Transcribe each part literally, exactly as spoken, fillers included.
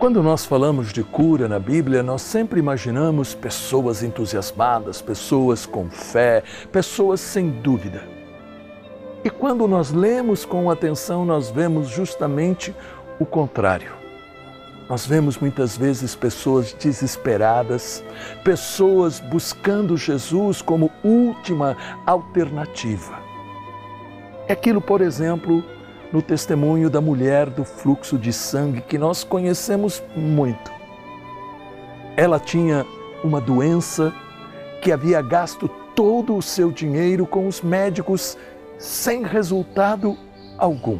Quando nós falamos de cura na Bíblia, nós sempre imaginamos pessoas entusiasmadas, pessoas com fé, pessoas sem dúvida. E quando nós lemos com atenção, nós vemos justamente o contrário. Nós vemos muitas vezes pessoas desesperadas, pessoas buscando Jesus como última alternativa. É aquilo, por exemplo, no testemunho da mulher do fluxo de sangue, que nós conhecemos muito. Ela tinha uma doença que havia gasto todo o seu dinheiro com os médicos sem resultado algum.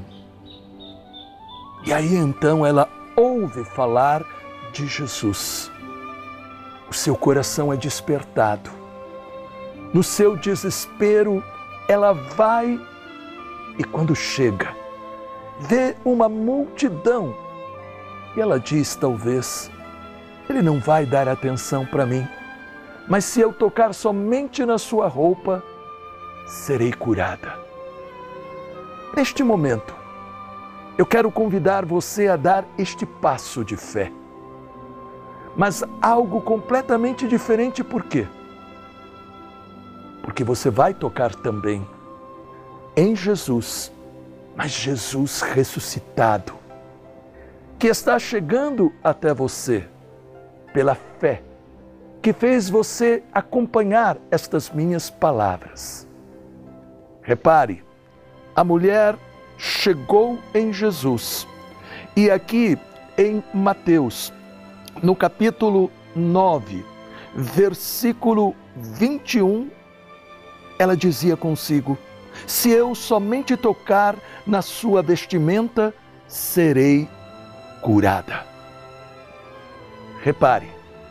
E aí então ela ouve falar de Jesus. O seu coração é despertado. No seu desespero, ela vai e quando chega, vê uma multidão e ela diz, talvez, ele não vai dar atenção para mim, mas se eu tocar somente na sua roupa, serei curada. Neste momento, eu quero convidar você a dar este passo de fé, mas algo completamente diferente, por quê? Porque você vai tocar também em Jesus, mas Jesus ressuscitado, que está chegando até você pela fé, que fez você acompanhar estas minhas palavras. Repare, a mulher chegou em Jesus e aqui em Mateus, no capítulo nove, versículo vinte e um, ela dizia consigo: se eu somente tocar na sua vestimenta, serei curada. Repare,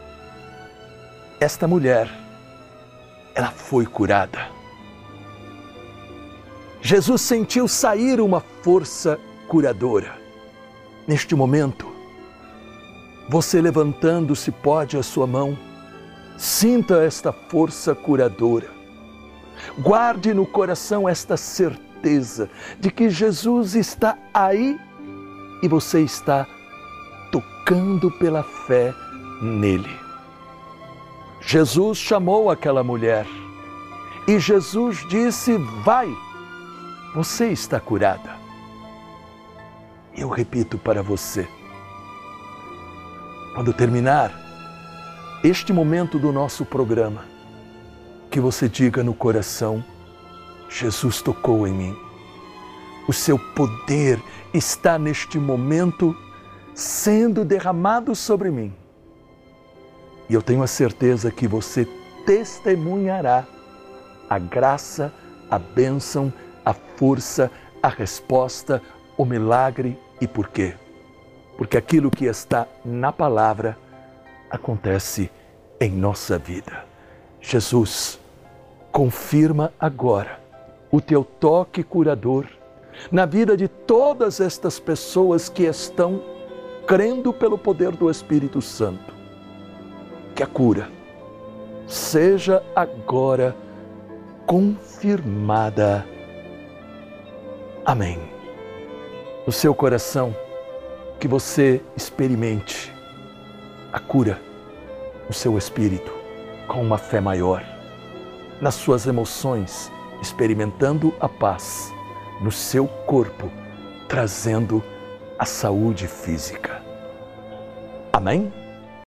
esta mulher, ela foi curada. Jesus sentiu sair uma força curadora. Neste momento, você levantando-se pode a sua mão, sinta esta força curadora. Guarde no coração esta certeza de que Jesus está aí e você está tocando pela fé nele. Jesus chamou aquela mulher e Jesus disse: vai, você está curada. Eu repito para você, quando terminar este momento do nosso programa, que você diga no coração: Jesus tocou em mim. O seu poder está neste momento sendo derramado sobre mim. E eu tenho a certeza que você testemunhará a graça, a bênção, a força, a resposta, o milagre. E por quê? Porque aquilo que está na palavra acontece em nossa vida. Jesus, confirma agora o teu toque curador na vida de todas estas pessoas que estão crendo pelo poder do Espírito Santo. Que a cura seja agora confirmada. Amém. No seu coração, que você experimente a cura no seu espírito com uma fé maior. Nas suas emoções, experimentando a paz, no seu corpo, trazendo a saúde física. Amém?